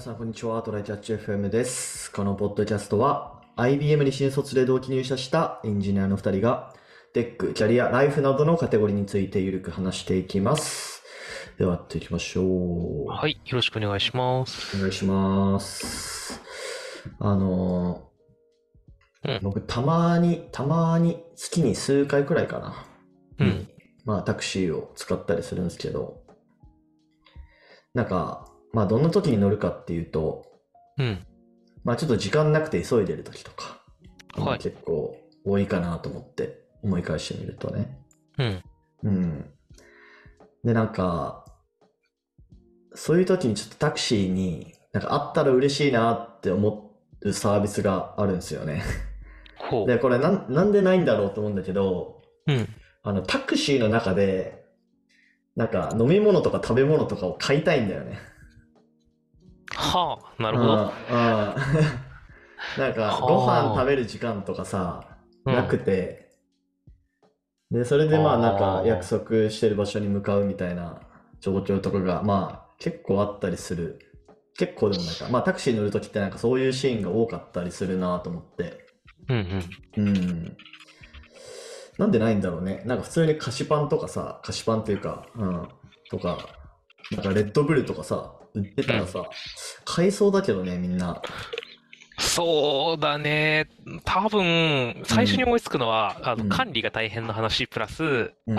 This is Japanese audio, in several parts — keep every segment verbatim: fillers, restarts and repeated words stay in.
さん、こんにちは。トライキャッチ エフエム です。このポッドキャストは、アイビーエム に新卒で同期入社したエンジニアのふたりが、テック、キャリア、ライフなどのカテゴリーについてゆるく話していきます。では、やっていきましょう。 はい、よろしくお願いしまおす。 願いします。あのうん、 僕、たまに、たまに、月に数回くらいかな、 うん、 に、まあ、タクシーを使ったりするんですけど、なんか、まあ、どんな時に乗るかっていうと、 うん。 まあちょっと時間なくて急いでる時とか、まあはい。 結構多いかなと思って思い返してみるとね。 うん、 うん。で、なんか、そういう時にちょっとタクシーになんかあったら嬉しいなって思うサービスがあるんですよね。 ほで、これなん、なんでないんだろうと思うんだけど、 う。うん。 あのタクシーの中でなんか飲み物とか食べ物とかを買いたいんだよね。 はあ、なるうん、 ほど。 うん。なんかご飯食はべる時間とかさ、 あ、うなん。 くて、で、それでまあなんか約ああ、 束してる場所に向かうみたいな状況とかがまあ結構あったりする。結構でもないか。まあタクシー乗るときってなんかそういうシーンが多かったりするなと思って。 うん、うん。 うん。なんでないんだろうね。なんか普通に菓子パンとかさ、菓子パンっていうか、うん。とか、なんかレッドブルとかさ、売ってうん。 たらさ、買いそうだけどね、みんな。 そうだね。多分、最初にうん。 思いつくのは、あの、 うん。 管理が大変な話、プラス、 うん。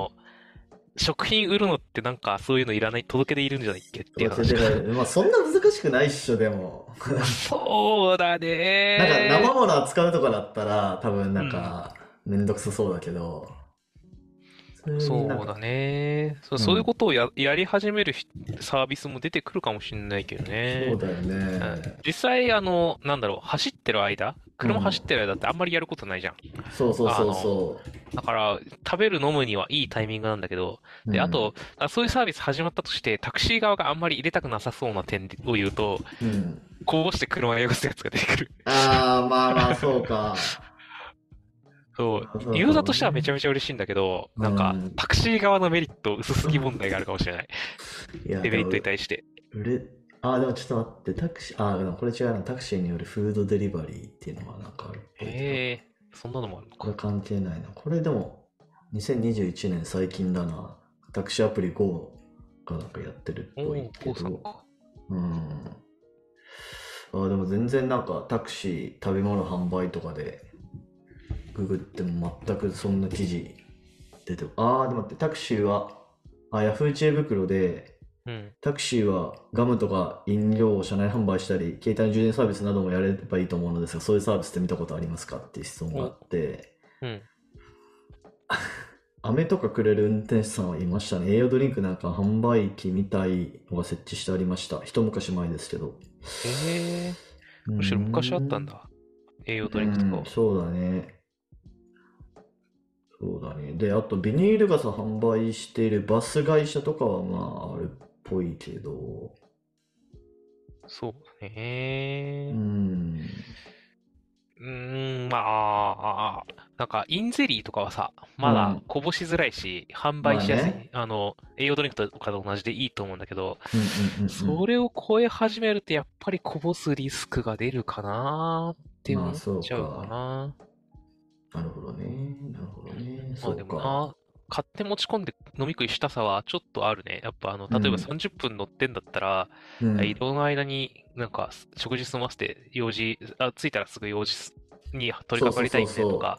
あの、食品売るのってなんかそういうのいらない、届け出いるんじゃないっけっていう話か。 届け出が、まあそんな難しくないっしょ、でも。 そうだなんか生ね。 物扱うとかだったら多分なんうん。 かめんどくさそうだけど、普通になんか、 そうだね。そう、そういううん、 ことをや、やり始めるひサービスも出てくるかもしれないけどね。 そうだようん、 ね。 実際、あの、なんだろう、走ってる間、 うん。 車走ってる間ってあんまりやることないじゃん。 そうそうそうあの、 そだから、食べる飲むにはいいタイミングなんだけど、 う。うで、あん。 と、あそういうサービス始まったとして、タクシー側があんまり入れたくなさそうな点を言うと、 うん。 こぼして車を汚すやつが出てくる。 ああ、まあまあそうか。 そう、 まあそうかユーザーとしてはめちゃもね。 めちゃ嬉しいんだけど、 うなんか、 ん。 タクシー側のメリット薄すぎ問題があるかもしれない。 いや、 デメリッでも、 トに対して。 売れ、ああ、でもちょっと待って、タクシー、ああ、でもこれ違うな。タクシーによるフードデリバリーっていうのがなんかあるっぽいけど、 へえ、そんなのもあるのか。 これ関係ないな。これでも、にせんにじゅういちねん最近だな。タクシーアプリ Go がなんかやってるっぽいおー、 けど、 こうさんか。 うん。あーでも全然なんかタクシー食べ物販売とかでググっても全くそんな記事出てああでも待ってタクシーはあヤフー知恵袋でうん。 タクシーはガムとか飲料を車内販売したり携帯の充電サービスなどもやればいいと思うのですがそういうサービスって見たことありますかっていう質問があお、 ってうん。 飴とかくれる運転手さんはいましたね。栄養ドリンクなんか販売機みたいのが設置してありました。一昔前ですけど。 へえ、 うーむしろ昔あったんん。 だ。栄養ドうん、 リンクとかは。 そうだね。そうだね。で、あとビニール傘販売しているバス会社とかはまああるっぽいけど、 そうだうね。 ん、 うーん、まあ、なんか、インゼリーとかはさ、まだうん、 こぼしづらいし、販売まあね。 しやすい。あの、栄養ドリンクとかと同じでいいと思うんだけど、 うんうんうんそれを超え始めるとやっぱりこぼすリスクが出るかなってうん。まあ思っそうちゃうかか。 な。 なるほどね。なるほどね。 まあそうか。 でもな、買って持ち込んで飲み食いしたさはちょっとあるね。やっぱあの、例えばうん、 さんじゅっぷん乗ってんだったら、 うん。 移動の間になんか食事済ませて用事、あ、着いたらすぐ用事に取り掛かりたいそうそうそうみたいなとかそう。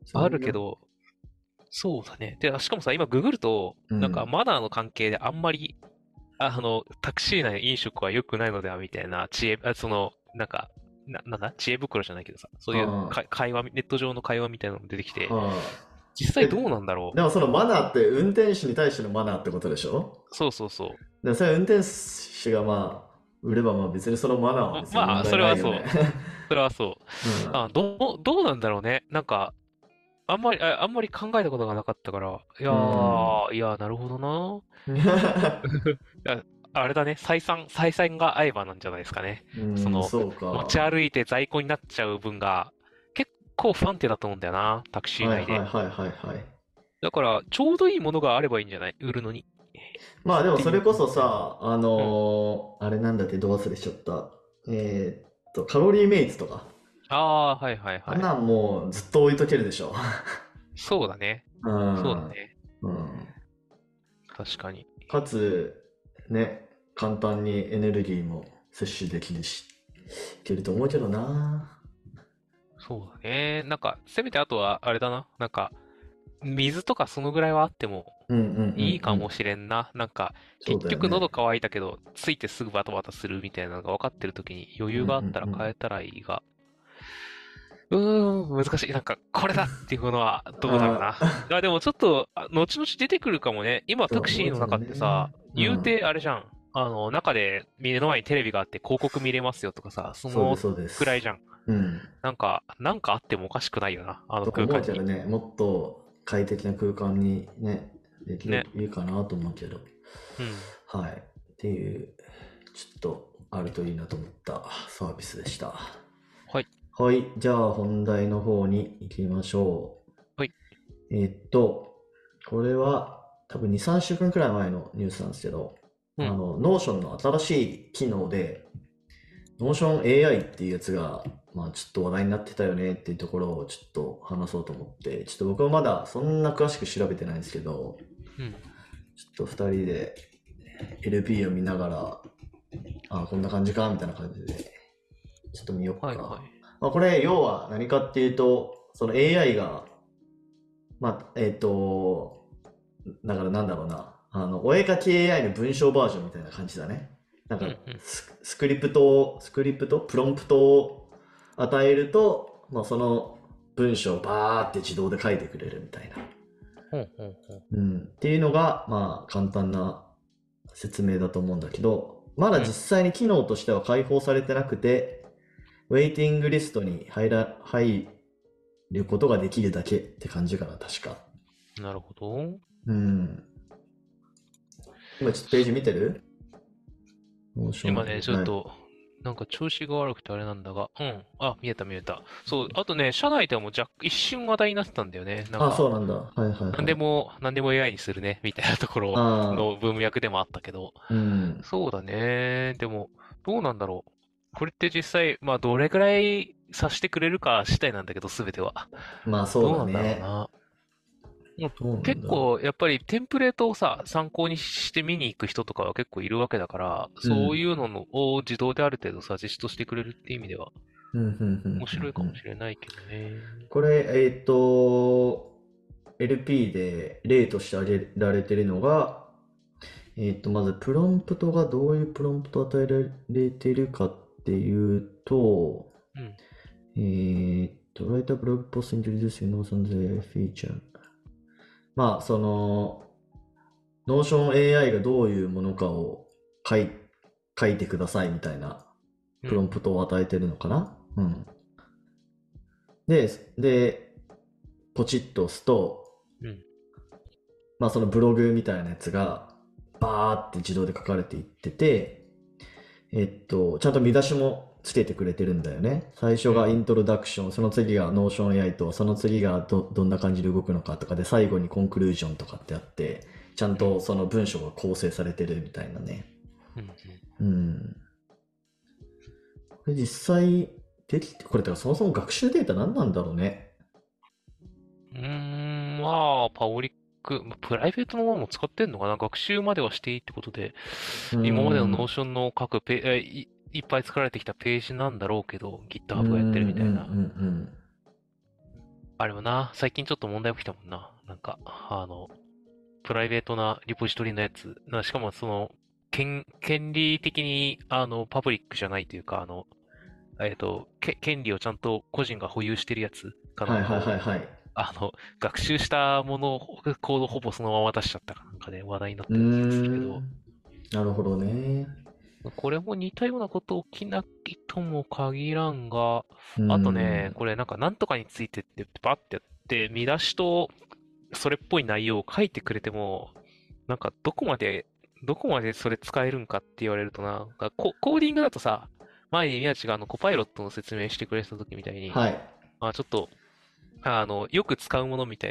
そあれが、 るけど、そうだね。で、しかもさ、今ググると、なんかうん。 マナーの関係であんまり、あの、タクシー内の飲食は良くないのではみたいな知恵、あその、なんか、な、なんだ知恵袋じゃないけどさ、そういうはか会話、ネット上の会話みたいなのも出てきあ、 て、 はあ。え、 実際どうなんだろでもそのマナーって運転手に対してのマナーってことでしょ？ う。そうそうそで、それは運転手がまあ、売ればまあ別にそのマナーう。ま、 は別に問まあ、それはそう。 題ないよね。 それはそう。 うん。 あ、どう、どうなんだろうね。なんか、あんまり、あ、あんまり考えたことがなかったから、いやうん。 ー、いやー、なるほどな。ああれだね、採算、採算が合えばなんじゃないですかね。 うん、 その、 そう持ちか。 歩いて在庫になっちゃう分が、結構不安定だと思うんだよな、タクシーはい内で。 はいはいはいはい。 だから、ちょうどいいものがあればいいんじゃない売るのに。 まあでもっていうそれこそ感じだよね。 さ、あうん。 のーあれなんだってど忘れしちゃった。えーっと、カロリーメイツとか。 ああー、はいはいはい。 あんなんもうずっと置いとけるでしょ。 そうだね。 うん。 そうだね。 うん。 確かに。 かつ、ね、簡単にエネルギーも摂取できるし、いけると思うけどな。 そうだね。なんか、せめてあとは、あれだな。なんか、水とかそのぐらいはあってもうんうんうんうん。 いいかもしれんな。なんか、 そう結局喉だよね。 乾いたけど、ついてすぐバタバタするみたいなのが分かってる時に余うんう裕があったらんうん。 変えたらいいが、うーん、難しい。なんか、これだっていうものはどうだろうな。 ああ、 あ、でもちょっと、あ後々出てくるかもね。今タクと思うけどシーの中ってさ、 ね。うん。 言うてあれじゃん。あの、中で目の前にテレビがあって広告見れますよとかさ、そのそうです、そうです。 くらいじゃん。 うん。 なんか、なんかあってもおかしくないよな。あのと思う空間に。 けどね、もっと快適な空間にね、できれね。 ばいいかなと思うけど。 うん。 はい。っていう、ちょっとあるといいなと思ったサービスでした。 はい。 はい。じゃあ本題の方に行きましょはい。 う。えーっと、これは多分に、さんしゅうかんくらい前のニュースなんですけど、 うん。 あの、ノーションの新しい機能で、ノーション エーアイ っていうやつが、まあちょっと話題になってたよねっていうところをちょっと話そうと思って、ちょっと僕はまだそんな詳しく調べてないんですけど、 うん。 ちょっとふたりで エルピー を見ながら、あ、こんな感じかみたいな感じで、ちょっと見よっか。 はいはい。 まあこれ要は何かっていうと、その エーアイ が、まあ、えっ、と、だからなんだろうな、あの、お絵かき エーアイ の文章バージョンみたいな感じだね。なんかうんうん。 ス、スクリプトを、スクリプトプロンプトを与えると、まあ、その文章をバーって自動で書いてくれるみたいな。 ほんほんほん。 うん。っていうのが、まあ、簡単な説明だと思うんだけど、まだ実うん。 際に機能としては開放されてなくて、ウェイティングリストに入ら、入ることができるだけって感じかな、確か。 なるほど。 うん。今ちょっとページ見てる？モーション今ね、ちょっエーアイ。 と、なんか調子が悪くてあれなんだが、うん。あ、見えた見えた。そう、あとね、社内でも若一瞬話題になってたんだよね。なんあ、 か、 そうなんだ。はいはいなんはい。 でも、なんでも エーアイ にするね、みたいなところああ、 の文脈でもあったけど、 うん。 そうだね。でも、どうなんだろう。これって実際、まあ、どれくらいさしてくれるか次第なんだけど、すべては。 まあそうだどうなんだろうね。 な。もうどうなんだろ結構、やっぱりテンプレートをさ、参考にして見に行く人とかは結構いるわけだから、 う。うん。 そういうののを自動である程度サジェストしてくれるっていう意味では、 うん、うん、うん、 面白いうん。うん。 かもしれないけどね。 これ、えっと、エルピー で例として挙げられてるのが、えっと、まず、プロンプトがどういうプロンプトを与えられてるかっていうと、 うん。 えっと、Write a blog post introducing Notion feature。まあ、その、Notion エーアイ がどういうものかを書い書いてくださいみたいなうん。 プロンプトを与えてるのかな。うん。で、で、ポチッと押すと、 うん。 まあそのブログみたいなやつが、バーって自動で書かれていってて、えっと、ちゃんと見出しもつけてくれてるんだよね。最初うん。 がイントロダクション、その次が Notion エーアイ と、その次がど、どんな感じで動くのかとかで、最後にコンクルージョンとかってあって、ちゃんうん。 とその文章が構成されてるみたいなね。 うん。 うん。これ実際、できて、これだからそもそも学習データ何なんだろうね。 うん。うーん、まあ、パブリック、まあプライベートのものも使ってんのかな。学習まではしていいってことで、 う今までのノん。 ーションの各ペ、えい、いっぱい作られてきたページなんだろうけど、 うん、うん、 GitHub うん、うがやってるみたいな。 ん。 あれもな、最近ちょっと問題起きたもんな。なんか、あの、プライベートなリポジトリのやつ。なしかもその、権、権利的に、あの、パブリックじゃないというか、あの、えっと、け、権利をちゃんと個人が保有してるやつかなはいはいんかを、 はいはい。 あの、学習したものを、コードほぼそのまま出しちゃったかなんかで話題になっうーたような気がするけど、 ん。なるほどね。 これも似たようなこと起きないとも限らんが、 うーあとね、 ん。 これなんかなんとかについてってバッてやって、見出しとそれっぽい内容を書いてくれても、なんかどこまで、どこまでそれ使えるんかって言われるとな、コ、コーディングだとさ、前に宮地があのコパイロットの説明してくれた時みたいに、 はい。 まあちょっと、あの、よく使うものみたいなの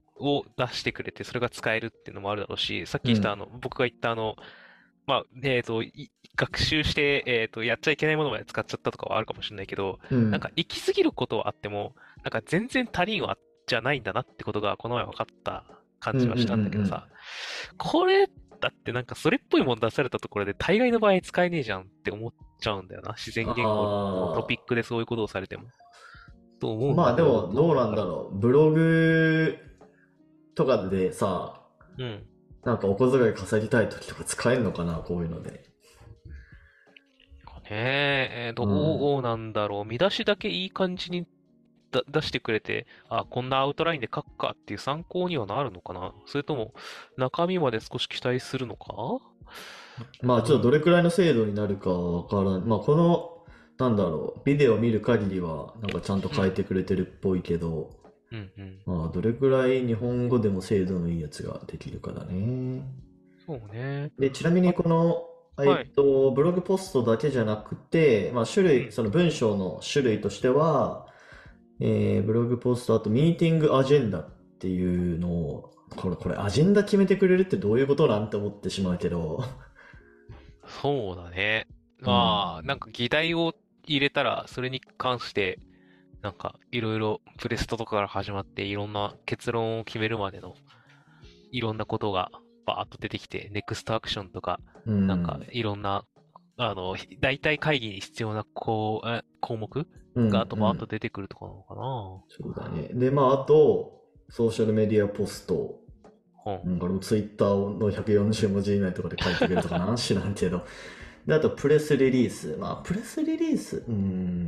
を出してくれて、それが使えるっていうのもあるだろうし、さっきうん。 言ったあの、僕が言ったあの、まあ、えっと、い学習して、えっと、やっちゃいけないものまで使っちゃったとかはあるかもしれないけど、 うん。 なんか行き過ぎることはあっても、なんか全然足りんわ、じゃないんだなってことがこの前分かった感うんうんうんうじはしたんだけどん。 さ、これ、だってなんかそれっぽいもの出されたところで大概の場合使えねえじゃんって思っちゃうんだよな。自然言語のトピッあクでそういうことをされても。と思あ、 うんだけど、 まあでもどうなんどうなのかな。 だろう。ブログとかでさ、 うん。 なんかお小遣い稼ぎたい時とか使えんのかな、こういうので。 かねえ、 うん。 どうなんだろう。見出しだけいい感じにだ出してくれて、あ、こんなアウトラインで書くかっていう参考にはなるのかな。それとも、中身まで少し期待するのか。 まあちょっとどうん。 れくらいの精度になるかわからん。まあこの、なんだろう、ビデオを見る限りは、なんかちゃんとうん。 変えてくれてるっぽいけど、 うん。うん。 まあどれくらい日本語でも精度のいいやつができるかだね。 そうね。 で、ちなみにあ、 この、えはい。 っと、ブログポストだけじゃなくて、まあ種類、 うん。 その文章の種類としては、えーブログポスト、あとミーティングアジェンダっていうのを、これ、これアジェンダ決めてくれるってどういうことなんて思ってしまうけど、 そうだね。 うん。 まあ、なんか議題を入れたら、それに関して、なんかいろいろプレストとかから始まって、いろんな結論を決めるまでのいろんなことがバーッと出てきて、ネクストアクションとか、 うなんかん。 いろんな、あの、大体会議に必要なこうえ項目うん、うがあとバーッとん。 出てくるとかなのかな。 そうだね。で、まあ、あと、ソーシャルメディアポスト。 うん。 うん、これもツイッターのひゃくよんじゅう文字以内とかで書いてくれるとかな知らんけど。で、あと、プレスリリース。まあ、プレスリリース。うん、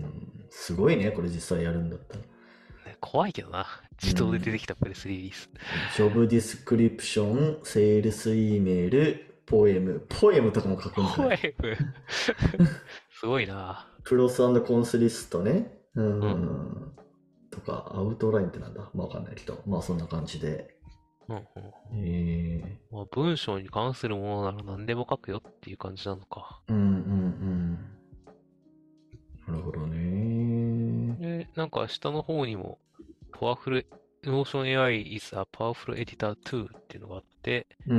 すごいね、これ実際やるんだったら。 ね、怖いけどな。 う自動で出てん。 きたプレスリリース。 ジョブディスクリプション、セールス E メール、ポエム。ポエムとかも書くんかい。 怖い。すごいな。 プロスコンスリストね。ううん。 ん。とか、アウトラインってなんだまあわかんないけど。まあそんな感じで。 うん。うん。 えまあ、文章に関するものなら何でも書くよっていう感じなのか。 ー、うんうんうん。なるほどね。 で、なんか下の方にも、パワフル、Notion エーアイ is a powerful editor too っていうのがあって、 うんうん。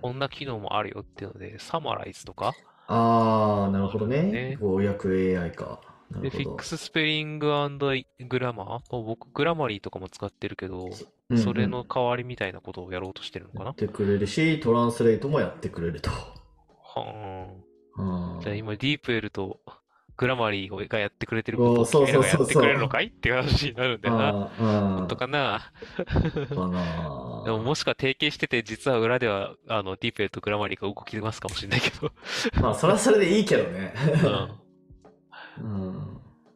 こんな機能もあるよっていうので、サマライズとかあー、なるほあるんだどね。 ね。 翻訳 エーアイ か。なるで、 ほど。 フィックススペリンググラマー、まあ僕、グラマリーとかも使ってるけど、 そうんうそれん。 の代わりみたいなことをやろうとしてるのかな。 やってくれるし、トランスレートもやってくれると。 はあ。じゃああ今、ディープ L とグラマリーがやってくれてることー、 を君らそうそうがやってくれそうそう。 るのかいっていう話になるんだよな。 あ本当ー、あかな。 ー、かでももなしくは提携してて、実は裏では、あの、ディープ L とグラマリーが動きますかもしれないけど。 まあ、それはそれでいいけどね。 うん。 うん。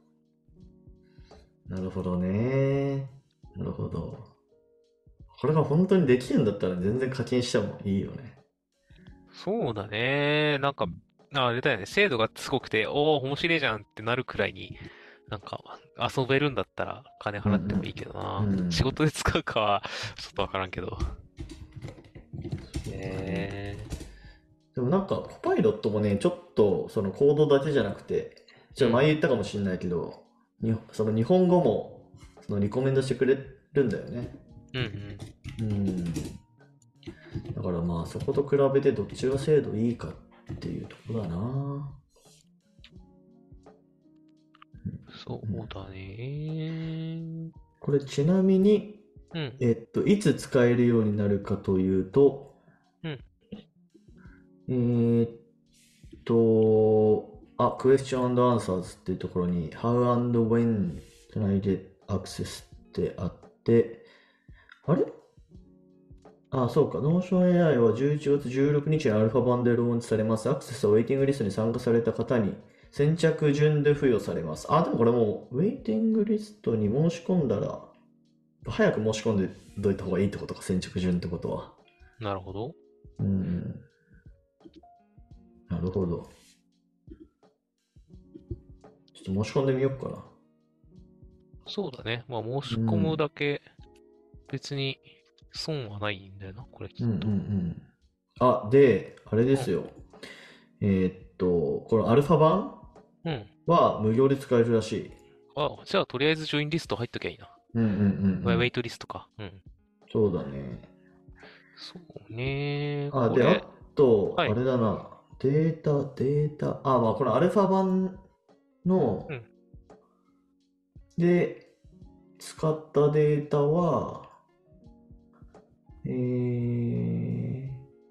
なるほどね。なるほど。これが本当にできるんだったら全然課金してもいいよね。 そうだね。なんか、ああれだよね。精度がすごくて、おお、面白いじゃんってなるくらいに、なんか、遊べるんだったら金うん払ってもいいけどな。 うん。うん。 仕事で使うかは、ちょっとわからんけど。 そうだね。 えでもなんか、コパイロットもね、ちょっとそのコードだけじゃなくて、 ー、うん。 ちょっと前言ったかもしれないけど、にその日本語もそのリコメンドしてくれるんだよね。 うんうん。 うん。だからまあそこと比べてどっちが精度いいかっていうところだな。 そうだね。 これちなみに、 うん。 えっと、いつ使えるようになるかというと、 うん。 えーっと、あ、Question and Answers っていうところに How and when can I get access ってあって、あれあ、そうか。Notion エーアイ はじゅういちがつじゅうろくにちにアルファ版でローンチされます。アクセスはウェイティングリストに参加された方に先着順で付与されます。あ、でもこれもうウェイティングリストに申し込んだら、早く申し込んでどいた方がいいってことか、先着順ってことは。 なるほど。 うん、なるほど。ちょっと申し込んでみようかな。 そうだね。まあ、申し込むうん。 だけ別に損はないんだよな、これきうんうんうっと。 ん。あ、で、あれでうん。 すよ。えーっと、このアルファ版うん。 は無料で使えるらしい。 あ、じゃあとりあえずジョインリスト入っときゃいいな。 うんうんうんうん。 ウェイトリストか。うん。 そうだね。 そうね。 あ、で、あこれ、 と、 はい。 あれだな。データ、データ、あ、まあ、このアルファ版の、 うん。 で、使ったデータは、えー、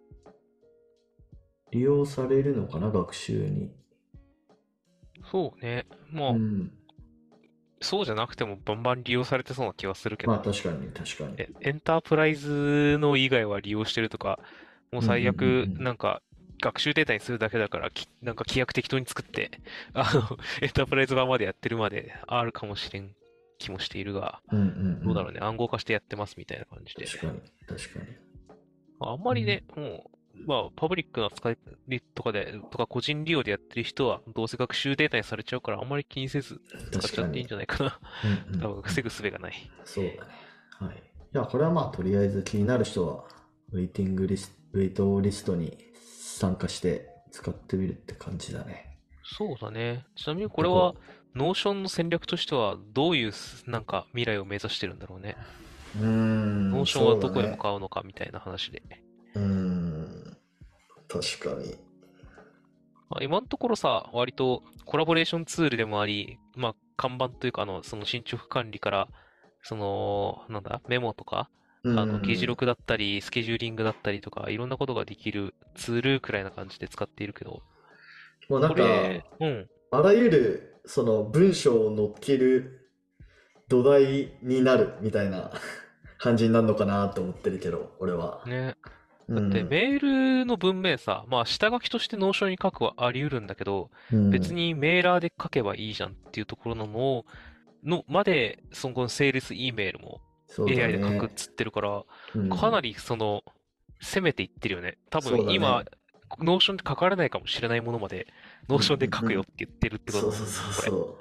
利用されるのかな、学習に。 そうね。まあ、 うん。 そうじゃなくてもバンバン利用されてそうな気はするけまあ、 ど。 確かに、確かに。 え、エンタープライズの以外は利用してるとか、もううんうん最悪、 うんなんか、学習データにするだけだから、きなんか規約適当に作って、あの、エンタープライズ版までやってるまであるかもしれん気もしているが、 うん。うんうんうん。 どうだろうね。暗号化してやってますみたいな感じで。 確かに、確かに。 あんまうん。 りね、もう、まあ、パブリックな使いとかで、とか個人利用でやってる人は、どうせ学習データにされちゃうから、あんまり気にせず使っ確かに。 ちゃっていいんじゃないかな。 うんうん多分、 うん。 防ぐ術がない。 そうだね。はい。いや、これはまあ、とりあえず気になる人は、ウェイティングリスト、ウェイトリストに参加して使ってみるって感じだね。 そうだね。ちなみにこれは、 とこノーションの戦略としては、どういうす、なんか、未来を目指してるんだろうね。 う。うーん、 ノーションはどこへ向そうだね。 かうのかみたいな話で。 うーん、確かに。 まあ、今のところさ、割とコラボレーションツールでもあり、まあ、看板というか、あの、その進捗管理から、その、なんだ、メモとか、 うあの、議事ん。 録だったり、スケジューリングだったりとか、いろんなことができるツールくらいな感じで使っているけど、 もうなんか、 これ、うん、 あらゆる、その文章を載っける土台になるみたいな感じになるのかなと思ってるけど、俺は。 ね。だってうん。 メールの文面さ、まあ下書きとしてノーションに書くはあり得るんだけど、 うん。 別にメーラーで書けばいいじゃんっていうところなのを、の、まで、そのセールス E メールもそうだエーアイ で書くっね。 つってるから、 うん。 かなりその、攻めていってるよね。多分今、 そうだね。 ノーションで書かれないかもしれないものまで、 うんうんノーションで書うん。 くよって言ってるってことだもんな、 そうそうそうこれ。 そう。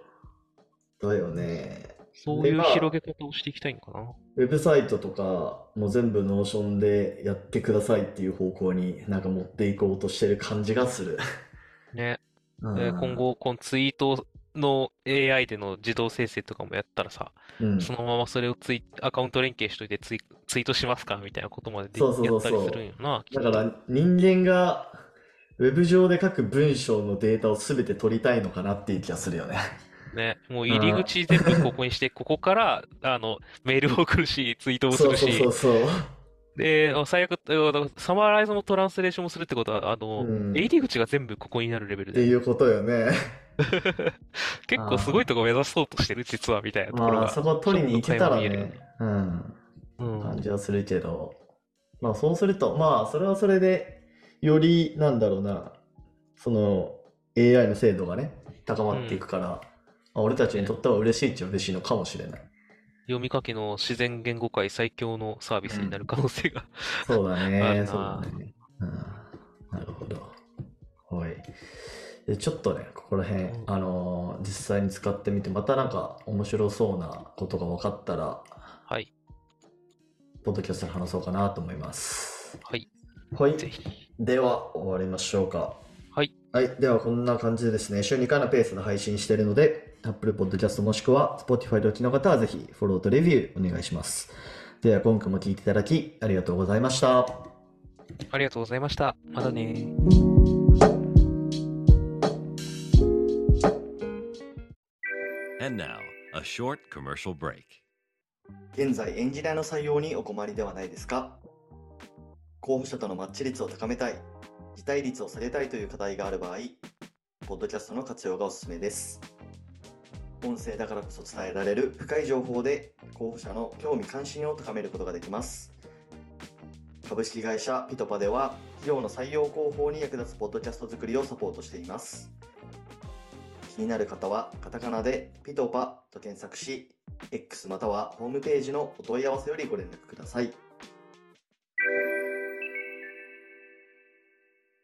だよね。で、 そういうまあ、 広げ方をしていきたいのかな。 ウェブサイトとかも全部ノーションでやってくださいっていう方向になんか持っていこうとしてる感じがする。 ね。 うえー今ん。 後、このツイートの エーアイ での自動生成とかもやったらさ、 うん。 そのままそれをツイ、アカウント連携しといてツイ、ツイートしますかみたいなことまででそうそうそうやったりするんよそな、 う。だかきっと。 ら人間がウェブ上で書く文章のデータを全て取りたいのかなっていう気がするよね。 ね、もううん。 入り口全部ここにして、ここから、あの、メールを送るし、ツイートもすそうそうそるし、 うそで、最悪、あサマライズもトランスレーションもするってことは、あう。うの、 ん。 入り口が全部ここになるレベルってだよね。 いうことよね。 結構すごいとこあ目指そうとしてる、実は、みたいなーまあ、 ところが、 そこちょっと取りに行け垣間見えるよたらね、 ね。 うん、 うん。 感じはするけど、まあそうすると、まあそれはそれで、より、なんだろうな、その エーアイ の精度がね、高まっていうん。 くから、まあ、俺たちにね。 とっては嬉しいっちゃ嬉しいのかもしれない。 読み書きの自然言語界最強のサービうん。 スになる可能性がそうだあるね、そうだな。 ね。うん、なるほど。はい。で、ちょっとね、ここら辺、 うん。 あのー実際に使ってみて、またなんか面白そうなことが分かったら、 はい。 ポッドキャストで話そうかなと思います。 はい。 はい。 ぜひ。 では、終わりましょうか。 はい。 はい。では、こんな感じでですね、週にかいのペースで配信しているので、Apple Podcast もしくは Spotify でお聞きの方はぜひフォローとレビューお願いします。では、今回も聞いていただきありがとうございました。 ありがとうございました。またね。 And now, a short commercial break. 現在、エンジニアの採用にお困りではないですか？候補者とのマッチ率を高めたい、辞退率を下げたいという課題がある場合、ポッドキャストの活用がおすすめです。音声だからこそ伝えられる深い情報で候補者の興味関心を高めることができます。株式会社ピトパでは企業の採用広報に役立つポッドキャスト作りをサポートしています。気になる方はカタカナでピトパと検索し、X またはホームページのお問い合わせよりご連絡ください。